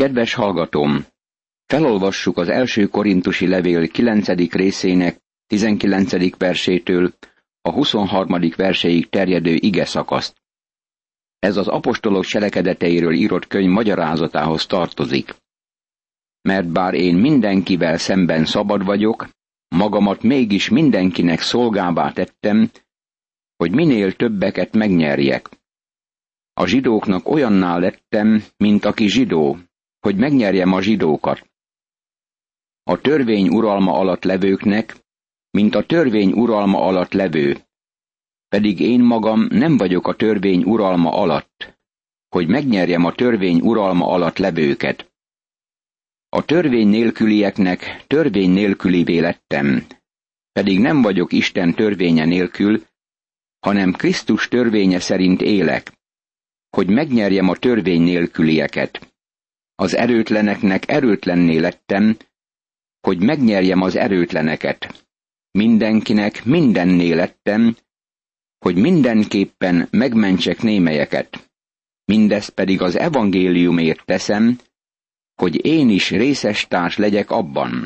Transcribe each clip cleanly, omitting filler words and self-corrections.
Kedves hallgatóm! Felolvassuk az első korintusi levél 9. részének 19. versétől a 23. verséig terjedő igeszakaszt. Ez az apostolok cselekedeteiről írott könyv magyarázatához tartozik. Mert bár én mindenkivel szemben szabad vagyok, magamat mégis mindenkinek szolgává tettem, hogy minél többeket megnyerjek. A zsidóknak olyanná lettem, mint aki zsidó, hogy megnyerjem a zsidókat. A törvény uralma alatt levőknek, mint a törvény uralma alatt levő. Pedig én magam nem vagyok a törvény uralma alatt, hogy megnyerjem a törvény uralma alatt levőket. A törvény nélkülieknek törvény nélkülivé lettem, pedig nem vagyok Isten törvénye nélkül, hanem Krisztus törvénye szerint élek, hogy megnyerjem a törvény nélkülieket. Az erőtleneknek erőtlenné lettem, hogy megnyerjem az erőtleneket. Mindenkinek mindenné lettem, hogy mindenképpen megmentsek némelyeket. Mindezt pedig az evangéliumért teszem, hogy én is részestárs legyek abban.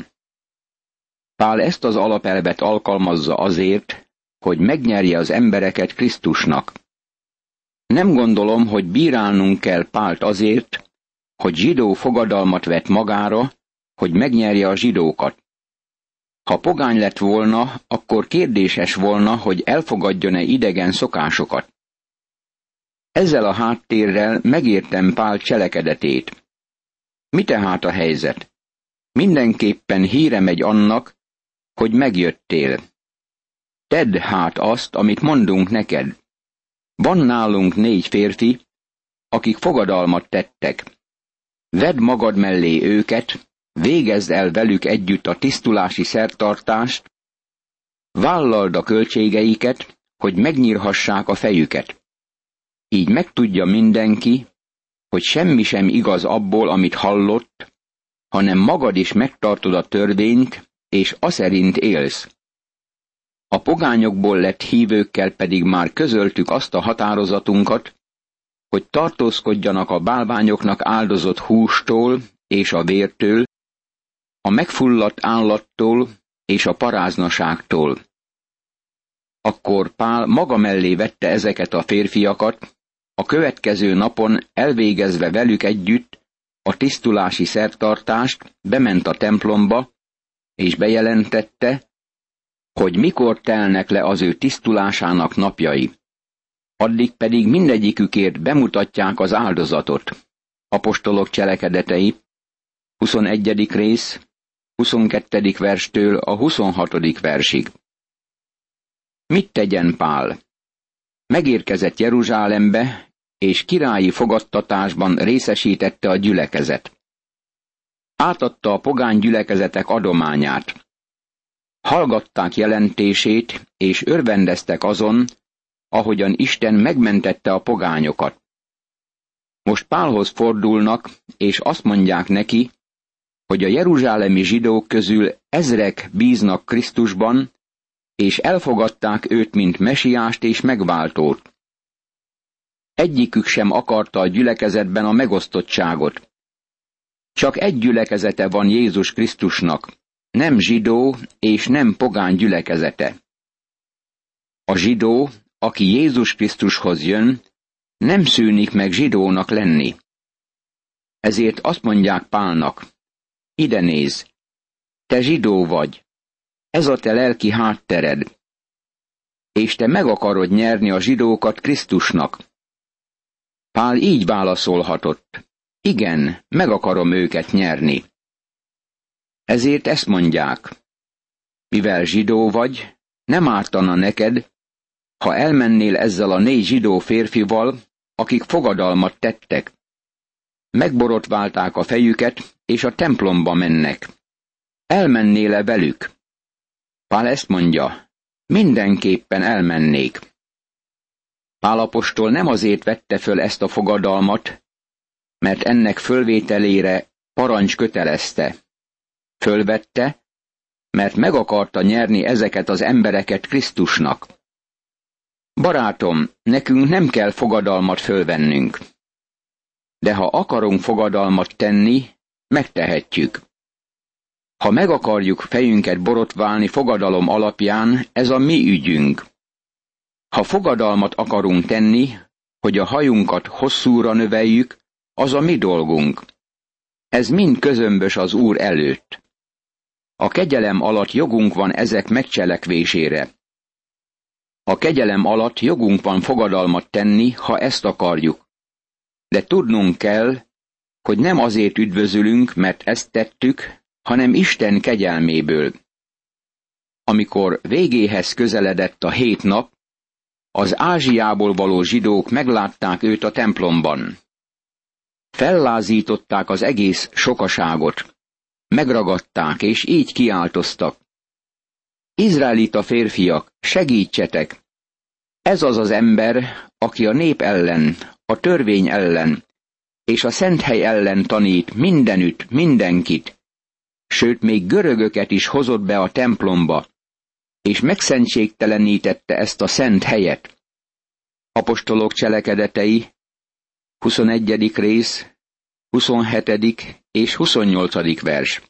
Pál ezt az alapelvet alkalmazza azért, hogy megnyerje az embereket Krisztusnak. Nem gondolom, hogy bírálnunk kell Pált azért, hogy zsidó fogadalmat vett magára, hogy megnyerje a zsidókat. Ha pogány lett volna, akkor kérdéses volna, hogy elfogadjon-e idegen szokásokat. Ezzel a háttérrel megértem Pál cselekedetét. Mi tehát a helyzet? Mindenképpen híre megy annak, hogy megjöttél. Tedd hát azt, amit mondunk neked. Van nálunk 4 férfi, akik fogadalmat tettek. Vedd magad mellé őket, végezd el velük együtt a tisztulási szertartást, vállald a költségeiket, hogy megnyírhassák a fejüket. Így megtudja mindenki, hogy semmi sem igaz abból, amit hallott, hanem magad is megtartod a törvényt, és aszerint élsz. A pogányokból lett hívőkkel pedig már közöltük azt a határozatunkat, hogy tartózkodjanak a bálványoknak áldozott hústól és a vértől, a megfulladt állattól és a paráznaságtól. Akkor Pál maga mellé vette ezeket a férfiakat, a következő napon elvégezve velük együtt a tisztulási szertartást bement a templomba, és bejelentette, hogy mikor telnek le az ő tisztulásának napjai. Addig pedig mindegyikükért bemutatják az áldozatot. Apostolok cselekedetei, 21. rész, 22. verstől a 26. versig. Mit tegyen Pál? Megérkezett Jeruzsálembe, és királyi fogadtatásban részesítette a gyülekezet. Átadta a pogány gyülekezetek adományát. Hallgatták jelentését, és örvendeztek azon, ahogyan Isten megmentette a pogányokat. Most Pálhoz fordulnak, és azt mondják neki, hogy a jeruzsálemi zsidók közül ezrek bíznak Krisztusban, és elfogadták őt, mint mesiást és megváltót. Egyikük sem akarta a gyülekezetben a megosztottságot. Csak egy gyülekezete van Jézus Krisztusnak, nem zsidó és nem pogány gyülekezete. A zsidó, aki Jézus Krisztushoz jön, nem szűnik meg zsidónak lenni. Ezért azt mondják Pálnak, ide nézz, te zsidó vagy, ez a te lelki háttered, és te meg akarod nyerni a zsidókat Krisztusnak. Pál így válaszolhatott, igen, meg akarom őket nyerni. Ezért ezt mondják, mivel zsidó vagy, nem ártana neked, ha elmennél ezzel a 4 zsidó férfival, akik fogadalmat tettek. Megborotválták a fejüket, és a templomba mennek. Elmennél-e velük? Pál ezt mondja, mindenképpen elmennék. Pál apostol nem azért vette föl ezt a fogadalmat, mert ennek fölvételére parancs kötelezte. Fölvette, mert meg akarta nyerni ezeket az embereket Krisztusnak. Barátom, nekünk nem kell fogadalmat fölvennünk. de ha akarunk fogadalmat tenni, megtehetjük. Ha meg akarjuk fejünket borotválni fogadalom alapján, ez a mi ügyünk. Ha fogadalmat akarunk tenni, hogy a hajunkat hosszúra növeljük, az a mi dolgunk. Ez mind közömbös az Úr előtt. A kegyelem alatt jogunk van ezek megcselekvésére. A kegyelem alatt jogunk van fogadalmat tenni, ha ezt akarjuk. De tudnunk kell, hogy nem azért üdvözülünk, mert ezt tettük, hanem Isten kegyelméből. Amikor végéhez közeledett a 7 nap, az Ázsiából való zsidók meglátták őt a templomban. Fellázították az egész sokaságot, megragadták és így kiáltoztak. Izraelita férfiak, segítsetek! Ez az az ember, aki a nép ellen, a törvény ellen és a szent hely ellen tanít mindenütt, mindenkit, sőt még görögöket is hozott be a templomba, és megszentségtelenítette ezt a szent helyet. Apostolok cselekedetei, 21. rész, 27. és 28. vers.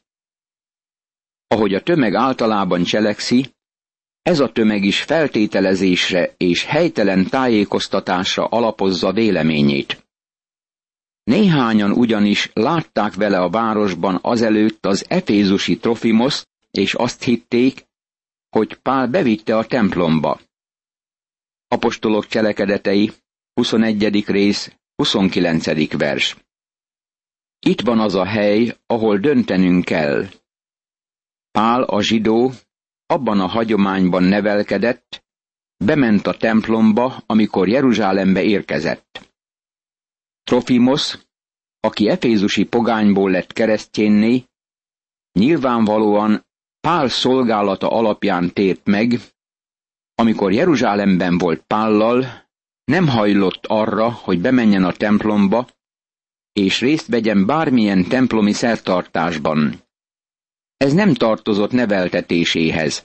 Ahogy a tömeg általában cselekszi, ez a tömeg is feltételezésre és helytelen tájékoztatásra alapozza véleményét. Néhányan ugyanis látták vele a városban azelőtt az efézusi Trofimoszt, és azt hitték, hogy Pál bevitte a templomba. Apostolok cselekedetei, 21. rész, 29. vers. Itt van az a hely, ahol döntenünk kell. Pál a zsidó abban a hagyományban nevelkedett, bement a templomba, amikor Jeruzsálembe érkezett. Trofimosz, aki efézusi pogányból lett keresztjénné, nyilvánvalóan Pál szolgálata alapján tért meg, amikor Jeruzsálemben volt Pállal, nem hajlott arra, hogy bemenjen a templomba, és részt vegyen bármilyen templomi szertartásban. Ez nem tartozott neveltetéséhez.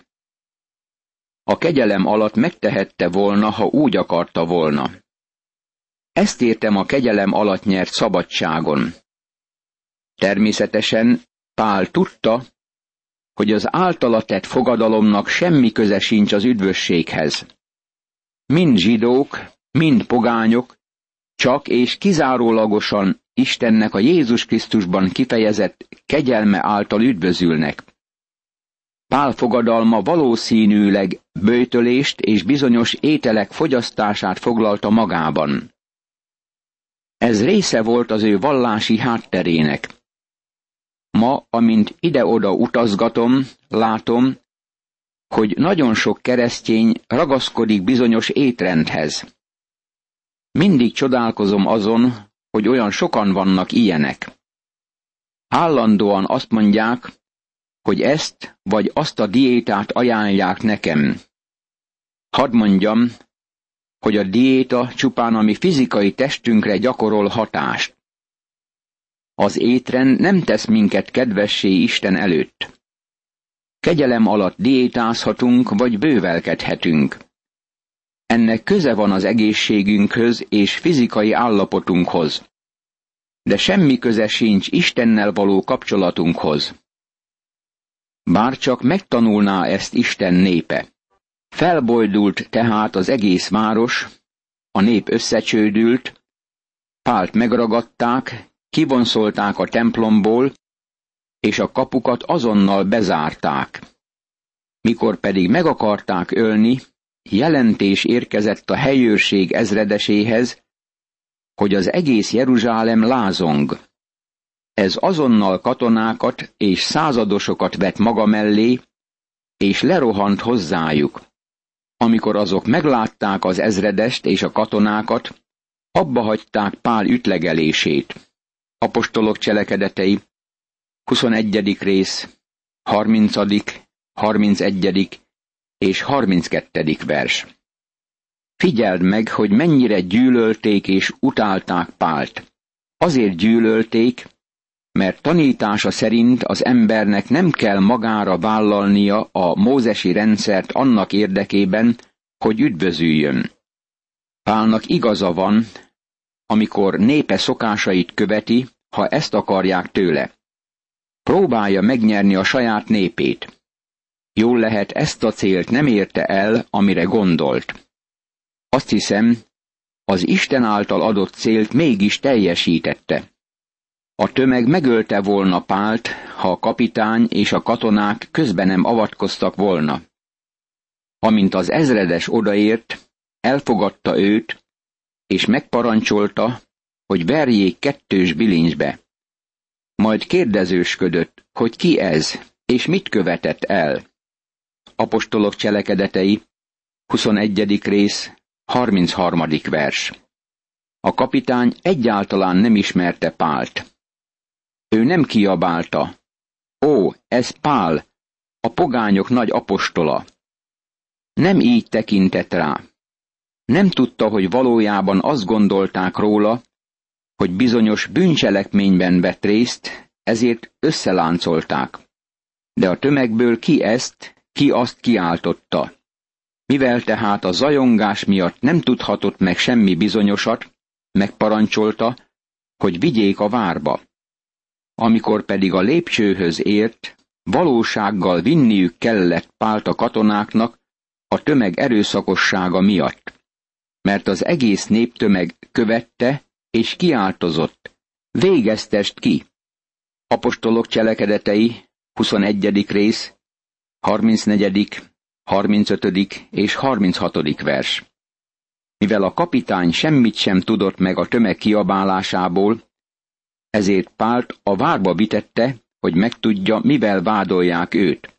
A kegyelem alatt megtehette volna, ha úgy akarta volna. Ezt értem a kegyelem alatt nyert szabadságon. Természetesen Pál tudta, hogy az általa tett fogadalomnak semmi köze sincs az üdvösséghez. Mind zsidók, mind pogányok, csak és kizárólagosan Istennek a Jézus Krisztusban kifejezett kegyelme által üdvözülnek. Pál fogadalma valószínűleg böjtölést és bizonyos ételek fogyasztását foglalta magában. Ez része volt az ő vallási hátterének. Ma, amint ide-oda utazgatom, látom, hogy nagyon sok keresztény ragaszkodik bizonyos étrendhez. Mindig csodálkozom azon, hogy olyan sokan vannak ilyenek. Állandóan azt mondják, hogy ezt vagy azt a diétát ajánlják nekem. Hadd mondjam, hogy a diéta csupán a mi fizikai testünkre gyakorol hatást. Az étrend nem tesz minket kedvessé Isten előtt. Kegyelem alatt diétázhatunk, vagy bővelkedhetünk. Ennek köze van az egészségünkhöz és fizikai állapotunkhoz. De semmi köze sincs Istennel való kapcsolatunkhoz. Bárcsak megtanulná ezt Isten népe. Felbojdult tehát az egész város, a nép összecsődült, Pált megragadták, kivonszolták a templomból, és a kapukat azonnal bezárták. Mikor pedig meg akarták ölni, jelentés érkezett a helyőrség ezredeséhez, hogy az egész Jeruzsálem lázong. Ez azonnal katonákat és századosokat vett maga mellé, és lerohant hozzájuk. Amikor azok meglátták az ezredest és a katonákat, abba hagyták Pál ütlegelését. Apostolok cselekedetei, 21. rész, 30., 31. és 32. vers. Figyeld meg, hogy mennyire gyűlölték és utálták Pált. Azért gyűlölték, mert tanítása szerint az embernek nem kell magára vállalnia a mózesi rendszert annak érdekében, hogy üdvözüljön. Pálnak igaza van, amikor népe szokásait követi, ha ezt akarják tőle. Próbálja megnyerni a saját népét. Jól lehet, ezt a célt nem érte el, amire gondolt. Azt hiszem, az Isten által adott célt mégis teljesítette. A tömeg megölte volna Pált, ha a kapitány és a katonák közben nem avatkoztak volna. Amint az ezredes odaért, elfogadta őt, és megparancsolta, hogy verjék 2 bilincsbe. Majd kérdezősködött, hogy ki ez, és mit követett el. Apostolok cselekedetei, 21. rész, 33. vers. A kapitány egyáltalán nem ismerte Pált. Ő nem kiabálta: ó, ez Pál, a pogányok nagy apostola. Nem így tekintett rá. Nem tudta, hogy valójában azt gondolták róla, hogy bizonyos bűncselekményben vett részt, ezért összeláncolták. De a tömegből ki azt kiáltotta. Mivel tehát a zajongás miatt nem tudhatott meg semmi bizonyosat, megparancsolta, hogy vigyék a várba. Amikor pedig a lépcsőhöz ért, valósággal vinniük kellett Pált a katonáknak a tömeg erőszakossága miatt. Mert az egész néptömeg követte és kiáltozott: végeztest ki! Apostolok cselekedetei, 21. rész, 34., 35. és 36. vers. Mivel a kapitány semmit sem tudott meg a tömeg kiabálásából, ezért Pált a várba vitette, hogy megtudja, mivel vádolják őt.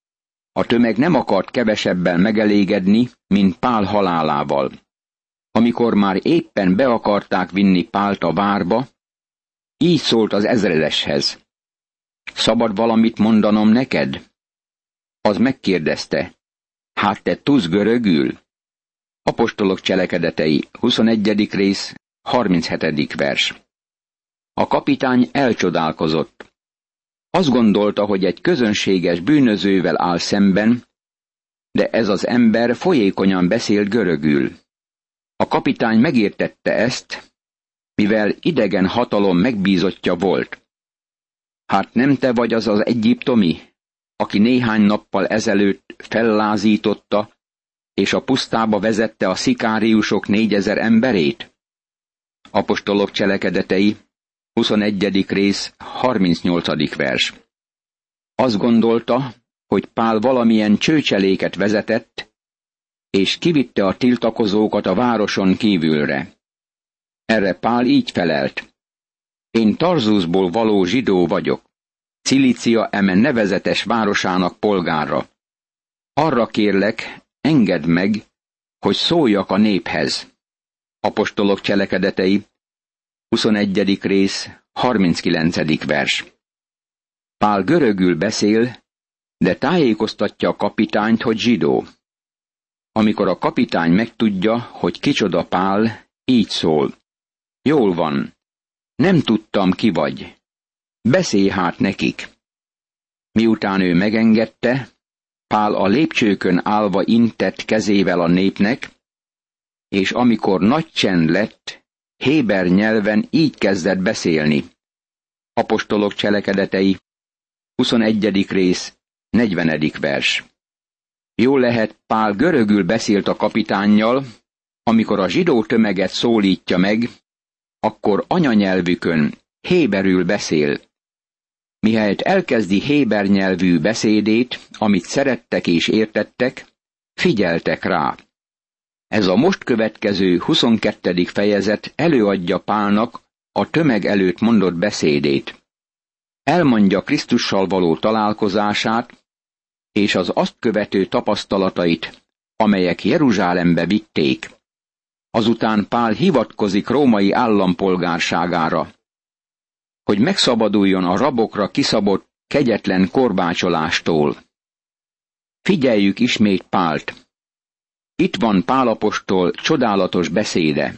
A tömeg nem akart kevesebben megelégedni, mint Pál halálával. Amikor már éppen be akarták vinni Pált a várba, így szólt az ezredeshez: szabad valamit mondanom neked? Az megkérdezte: hát te tudsz görögül? Apostolok cselekedetei, 21. rész, 37. vers. A kapitány elcsodálkozott. Azt gondolta, hogy egy közönséges bűnözővel áll szemben, de ez az ember folyékonyan beszélt görögül. A kapitány megértette ezt, mivel idegen hatalom megbízottja volt. Hát nem te vagy az az egyiptomi, aki néhány nappal ezelőtt fellázította, és a pusztába vezette a szikáriusok 4000 emberét? Apostolok cselekedetei, 21. rész, 38. vers. Azt gondolta, hogy Pál valamilyen csőcseléket vezetett, és kivitte a tiltakozókat a városon kívülre. Erre Pál így felelt: én Tarzuszból való zsidó vagyok, Cilícia eme nevezetes városának polgára. Arra kérlek, engedd meg, hogy szóljak a néphez. Apostolok cselekedetei, 21. rész, 39. vers. Pál görögül beszél, de tájékoztatja a kapitányt, hogy zsidó. Amikor a kapitány megtudja, hogy kicsoda Pál, így szól: jól van, nem tudtam, ki vagy. Beszélj hát nekik. Miután ő megengedte, Pál a lépcsőkön állva intett kezével a népnek, és amikor nagy csend lett, héber nyelven így kezdett beszélni. Apostolok cselekedetei, 21. rész, 40. vers. Jól lehet, Pál görögül beszélt a kapitánnyal, amikor a zsidó tömeget szólítja meg, akkor anyanyelvükön, héberül beszél. Mihelyt elkezdi héber nyelvű beszédét, amit szerettek és értettek, figyeltek rá. Ez a most következő 22. fejezet előadja Pálnak a tömeg előtt mondott beszédét. Elmondja Krisztussal való találkozását, és az azt követő tapasztalatait, amelyek Jeruzsálembe vitték. Azután Pál hivatkozik római állampolgárságára, hogy megszabaduljon a rabokra kiszabott kegyetlen korbácsolástól. Figyeljük ismét Pált. Itt van Pál apostol csodálatos beszéde.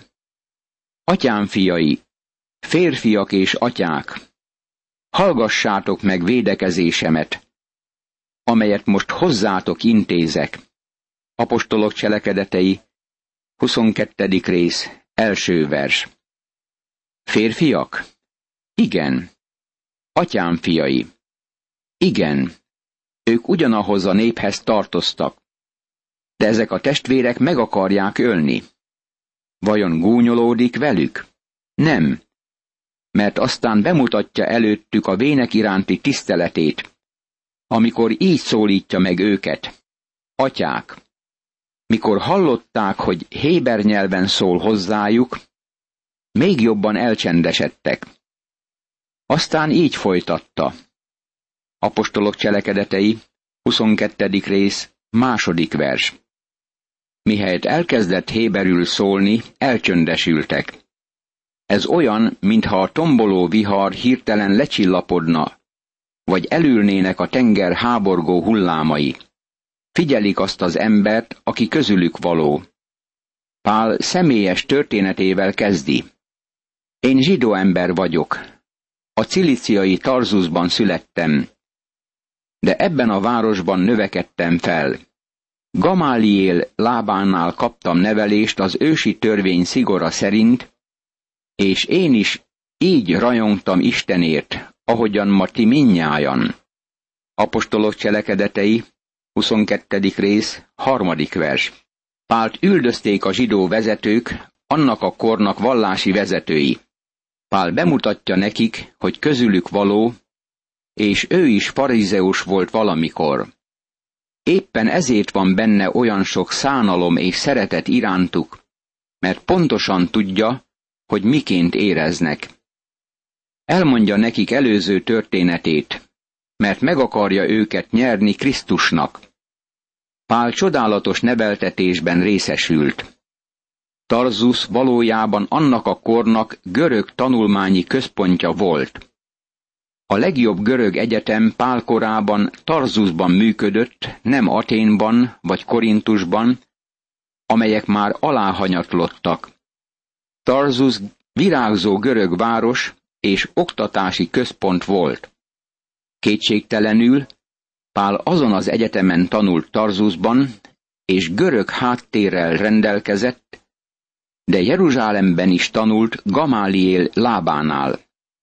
Atyám fiai, férfiak és atyák, hallgassátok meg védekezésemet, amelyet most hozzátok intézek. Apostolok cselekedetei, 22. rész, első vers. Férfiak? Igen. Atyám fiai? Igen. Ők ugyanahoz a néphez tartoztak. De ezek a testvérek meg akarják ölni. Vajon gúnyolódik velük? Nem. Mert aztán bemutatja előttük a vének iránti tiszteletét, amikor így szólítja meg őket. Atyák! Mikor hallották, hogy héber nyelven szól hozzájuk, még jobban elcsendesedtek. Aztán így folytatta. Apostolok cselekedetei, 22. rész, 2. vers. Mihelyt elkezdett héberül szólni, elcsöndesültek. Ez olyan, mintha a tomboló vihar hirtelen lecsillapodna, vagy elülnének a tenger háborgó hullámai. Figyelik azt az embert, aki közülük való. Pál személyes történetével kezdi. Én zsidó ember vagyok. A cilíciai Tarzusban születtem, de ebben a városban növekedtem fel. Gamáliél lábánál kaptam nevelést az ősi törvény szigora szerint, és én is így rajongtam Istenért, ahogyan ma ti mindnyájan. Apostolok cselekedetei, 22. rész, 3. vers. Pált üldözték a zsidó vezetők, annak a kornak vallási vezetői. Pál bemutatja nekik, hogy közülük való, és ő is farizeus volt valamikor. Éppen ezért van benne olyan sok szánalom és szeretet irántuk, mert pontosan tudja, hogy miként éreznek. Elmondja nekik előző történetét, mert meg akarja őket nyerni Krisztusnak. Pál csodálatos neveltetésben részesült. Tarzus valójában annak a kornak görög tanulmányi központja volt. A legjobb görög egyetem Pál korában Tarzusban működött, nem Athénban vagy Korintusban, amelyek már aláhanyatlottak. Tarzus virágzó görög város és oktatási központ volt. Kétségtelenül Pál azon az egyetemen tanult Tarzusban, és görög háttérrel rendelkezett, de Jeruzsálemben is tanult Gamáliél lábánál.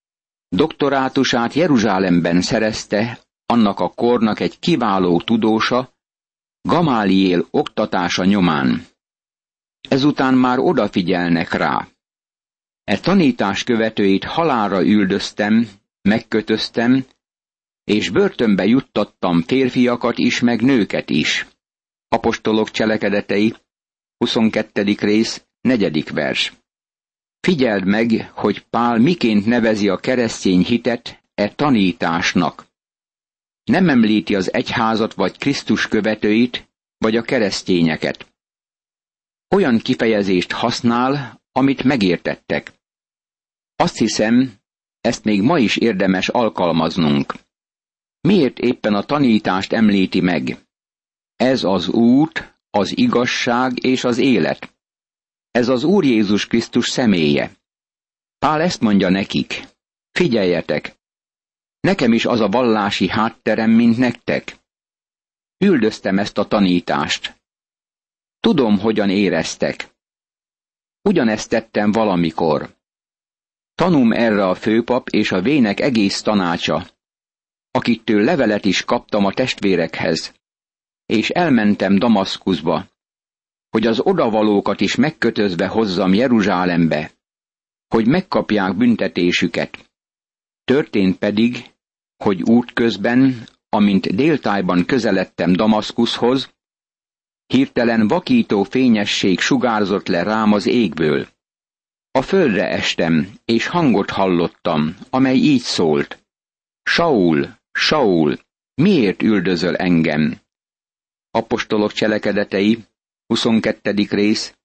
Doktorátusát Jeruzsálemben szerezte annak a kornak egy kiváló tudósa, Gamáliél oktatása nyomán. Ezután már odafigyelnek rá. E tanítás követőit halálra üldöztem, megkötöztem, és börtönbe juttattam férfiakat is, meg nőket is. Apostolok cselekedetei, 22. rész, 4. vers. Figyeld meg, hogy Pál miként nevezi a keresztény hitet e tanításnak. Nem említi az egyházat vagy Krisztus követőit, vagy a keresztényeket. Olyan kifejezést használ, amit megértettek. Azt hiszem, ezt még ma is érdemes alkalmaznunk. Miért éppen a tanítást említi meg? Ez az út, az igazság és az élet. Ez az Úr Jézus Krisztus személye. Pál ezt mondja nekik. Figyeljetek! Nekem is az a vallási hátterem, mint nektek. Üldöztem ezt a tanítást. Tudom, hogyan éreztek. Ugyanezt tettem valamikor. Tanúm erre a főpap és a vének egész tanácsa, akiktől levelet is kaptam a testvérekhez, és elmentem Damaszkuszba, hogy az odavalókat is megkötözve hozzam Jeruzsálembe, hogy megkapják büntetésüket. Történt pedig, hogy útközben, amint déltájban közeledtem Damaszkuszhoz, hirtelen vakító fényesség sugárzott le rám az égből. A földre estem, és hangot hallottam, amely így szólt. Saul, Saul, miért üldözöl engem? Apostolok cselekedetei, 22. rész,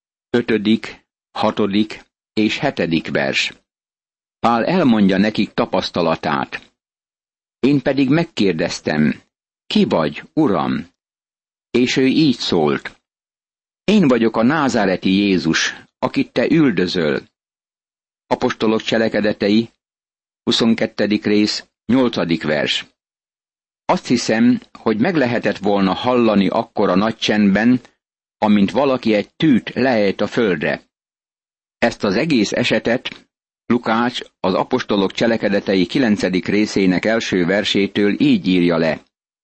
5., 6. és 7. vers. Pál elmondja nekik tapasztalatát. Én pedig megkérdeztem, ki vagy, Uram? És ő így szólt. Én vagyok a názáreti Jézus, akit te üldözöl. Apostolok cselekedetei, 22. rész, 8. vers. Azt hiszem, hogy meg lehetett volna hallani akkor a nagy csendben, amint valaki egy tűt leejt a földre. Ezt az egész esetet Lukács az apostolok cselekedetei 9. részének első versétől így írja le.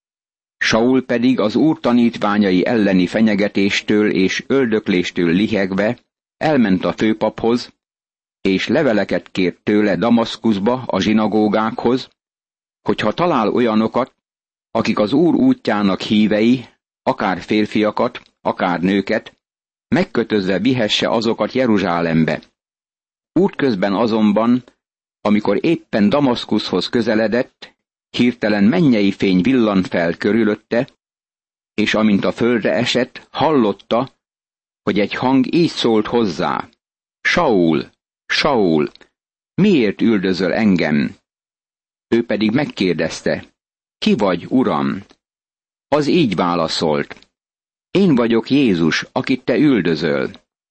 Saul pedig az Úr tanítványai elleni fenyegetéstől és öldökléstől lihegve elment a főpaphoz, és leveleket kért tőle Damaszkuszba a zsinagógákhoz, hogyha talál olyanokat, akik az Úr útjának hívei, akár férfiakat, akár nőket, megkötözve vihesse azokat Jeruzsálembe. Útközben azonban, amikor éppen Damaszkuszhoz közeledett, hirtelen mennyei fény villant fel körülötte, és amint a földre esett, hallotta, hogy egy hang így szólt hozzá: Saul, Saul, miért üldözöl engem? Ő pedig megkérdezte: Ki vagy, Uram? Az így válaszolt: Én vagyok Jézus, akit te üldözöl.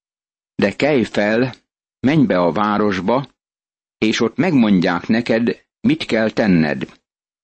De kelj fel, menj be a városba, és ott megmondják neked, mit kell tenned.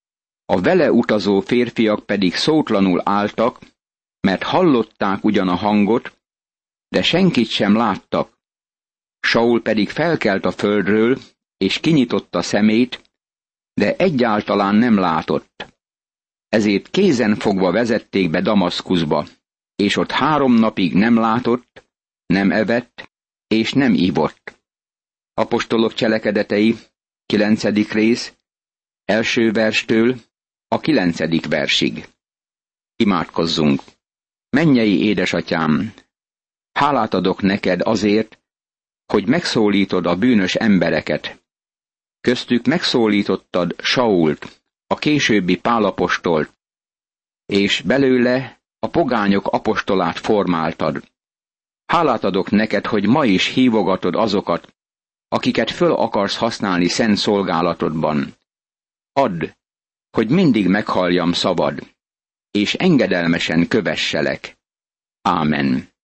A vele utazó férfiak pedig szótlanul álltak, mert hallották ugyan a hangot, de senkit sem láttak. Saul pedig felkelt a földről, és kinyitotta szemét, de egyáltalán nem látott. Ezért kézen fogva vezették be Damaszkuszba, és ott 3 napig nem látott, nem evett, és nem ivott. Apostolok cselekedetei, 9. rész, első verstől a 9. versig. Imádkozzunk! Mennyei édesatyám, hálát adok neked azért, hogy megszólítod a bűnös embereket. Köztük megszólítottad Sault, a későbbi Pál apostolt, és belőle a pogányok apostolát formáltad. Hálát adok neked, hogy ma is hívogatod azokat, akiket föl akarsz használni szent szolgálatodban. Add, hogy mindig meghalljam szabad, és engedelmesen kövesselek. Ámen.